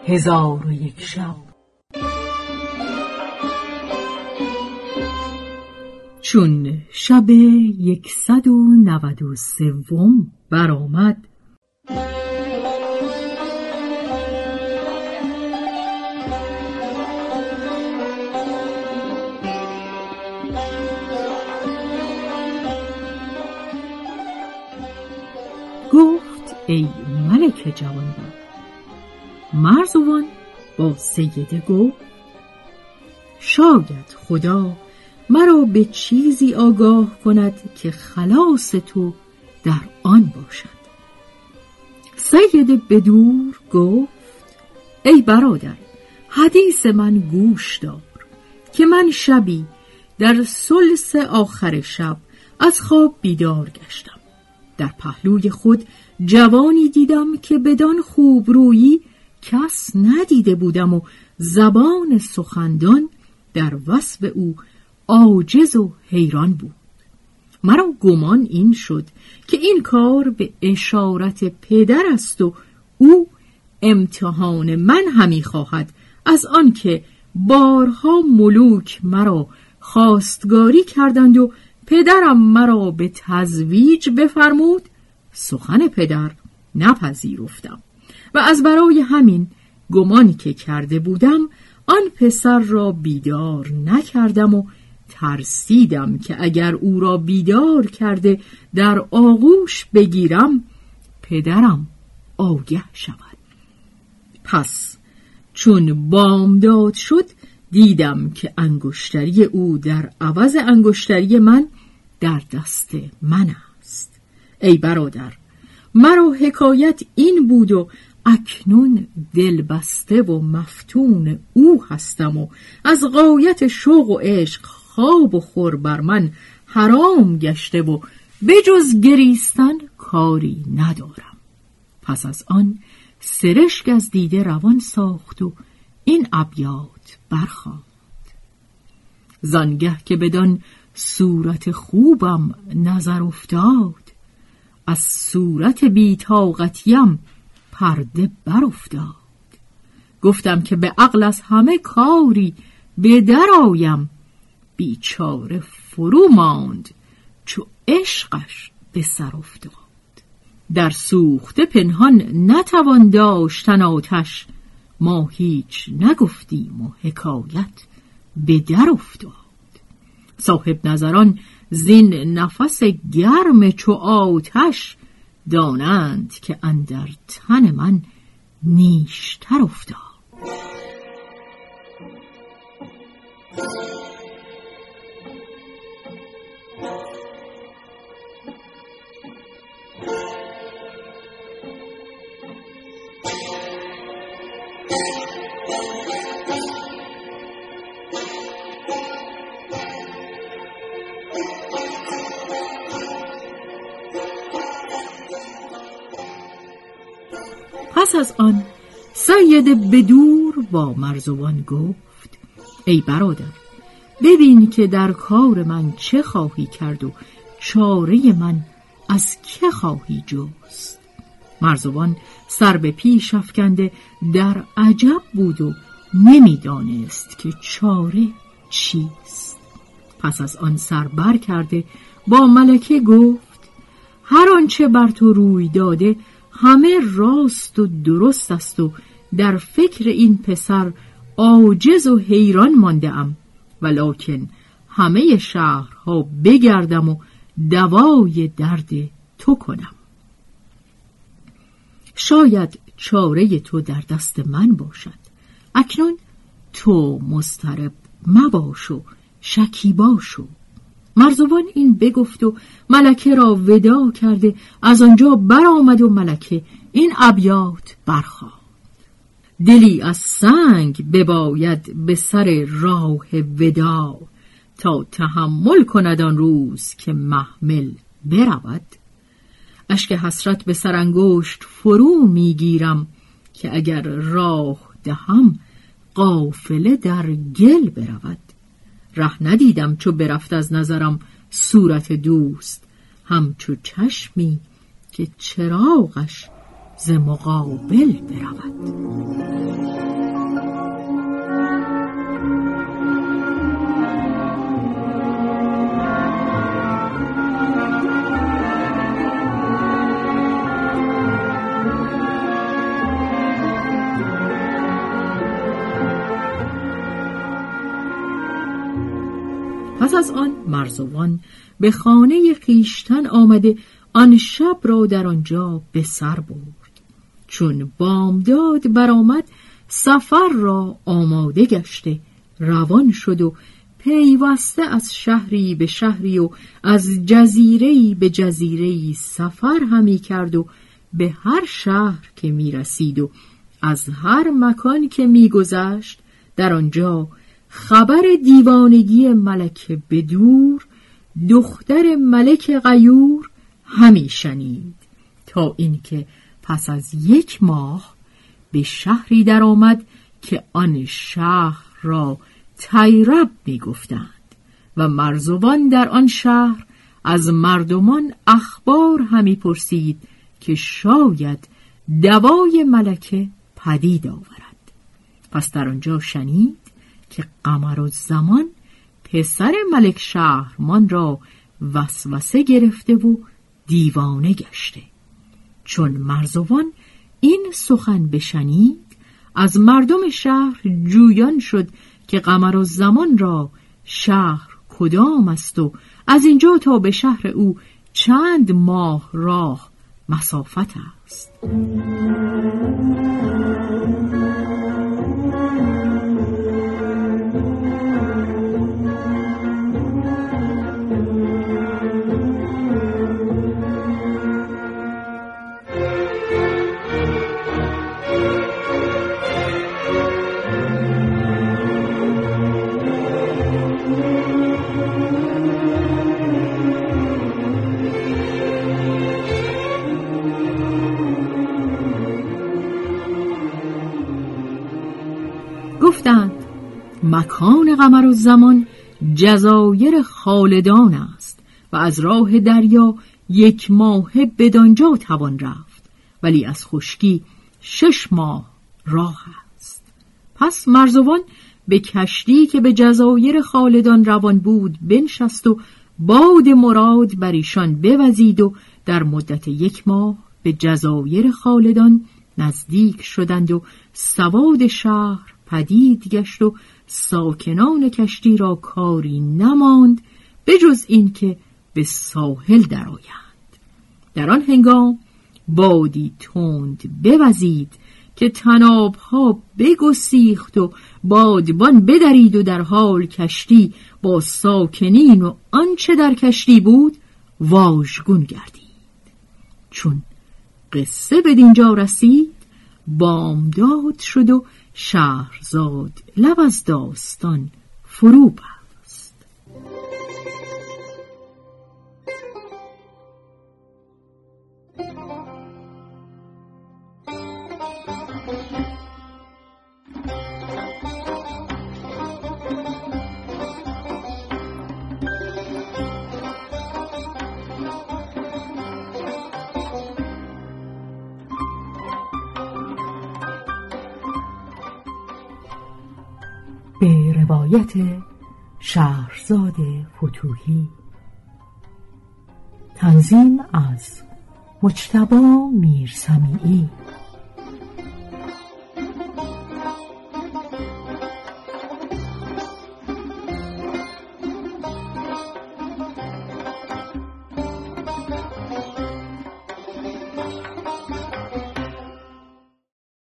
1001 شب. چون شب 193 برآمد، گفت ای ملک جوانبخت. مرزوان با سیده گفت شاید خدا مرا به چیزی آگاه کند که خلاص تو در آن باشد. سیده بدور گفت ای برادر، حدیث من گوش دار که من شبی در ثلث آخر شب از خواب بیدار گشتم. در پهلوی خود جوانی دیدم که بدان خوبرویی کس ندیده بودم و زبان سخندان در وصف او عاجز و حیران بود. مرا گمان این شد که این کار به اشارت پدر است و او امتحان من همی خواهد، از آن که بارها ملوک مرا خواستگاری کردند و پدرم مرا به تزویج بفرمود. سخن پدر نپذیرفتم و از برای همین گمانی که کرده بودم آن پسر را بیدار نکردم و ترسیدم که اگر او را بیدار کرده در آغوش بگیرم پدرم آگه شود. پس چون بامداد شد دیدم که انگشتری او در عوض انگشتری من در دست من است. ای برادر، مرا حکایت این بود و اکنون دلبسته و مفتون او هستم و از غایت شوق و عشق خواب و خور بر من حرام گشته و بجز گریستن کاری ندارم. پس از آن سرشک از دیده روان ساخت و این ابیات برخواند: زانگه که بدان صورت خوبم نظر افتاد، از صورت بی‌طاقتیم پرده بر افتاد. گفتم که به عقل از همه کاری به در آیم، بیچاره فرو ماند چو عشقش به سر افتاد. در سوخته پنهان نتوان داشتن آتش، ما هیچ نگفتیم و حکایت به در افتاد. صاحب نظران زین نفس گرم چو آتش، دانند که اندر تن من نیشتر افتاد. پس از آن سید بدور با مرزوان گفت: ای برادر، ببین که در کار من چه خواهی کرد و چاره من از که خواهی جست. مرزوان سر به پیش افکنده در عجب بود و نمیدانست که چاره چیست. پس از آن سر بر کرده با ملکه گفت: هر آنچه بر تو روی داده همه راست و درست است و در فکر این پسر عاجز و حیران مانده ام، ولکن همه شهرها بگردم و دوای درد تو کنم. شاید چاره تو در دست من باشد. اکنون تو مضطرب مباش و شکیبا شو. مرزوان این بگفت و ملکه را وداع کرده از آنجا برآمد و ملکه این ابیات برخواند: دلی از سنگ بباید به سر راه وداع، تا تحمل کند آن روز که محمل برود. اشک حسرت به سر انگشت فرو میگیرم، که اگر راه دهم قافله در گل برود. ره ندیدم چو برفت از نظرم صورت دوست، همچو چشمی که چراغش ز مقابل برود. پس از آن مرزوان به خانه خویشتن آمده آن شب را در آنجا به سر برد. چون بامداد برآمد سفر را آماده گشته روان شد و پیوسته از شهری به شهری و از جزیره‌ای به جزیره‌ای سفر همی کرد و به هر شهر که می رسید و از هر مکان که می گذشت در آنجا خبر دیوانگی ملک بدور دختر ملک غیور همی شنید، تا اینکه پس از 1 ماه به شهری در آمد که آن شهر را تیرب می گفتند و مرزوان در آن شهر از مردمان اخبار همی پرسید که شاید دوای ملکه پدید آورد. پس در آنجا شنید که قمرالزمان پسر ملک شهرمان را وسوسه گرفته و دیوانه گشته. چون مرزوان این سخن بشنید از مردم شهر جویان شد که قمرالزمان را شهر کدام است و از اینجا تا به شهر او چند ماه راه مسافت است. گفتند مکان قمرالزمان جزایر خالدان است و از راه دریا 1 ماهه بدانجا توان رفت، ولی از خشکی 6 ماه راه است. پس مرزوان به کشتی که به جزایر خالدان روان بود بنشست و باد مراد بر ایشان بوزید و در مدت 1 ماه به جزایر خالدان نزدیک شدند و سواد شهر پدید گشت و ساکنان کشتی را کاری نماند به جز این که به ساحل درآیند. در آن هنگام بادی تند بوزید که طنابها بگسیخت و بادبان بدرید و در حال کشتی با ساکنین و آنچه در کشتی بود واژگون گردید. چون قصه به دینجا رسید بامداد شد و شهرزاد لب از داستان فرو بست. به روایت شهرزاد فتوحی. تنظیم از مجتبی میرسمیعی.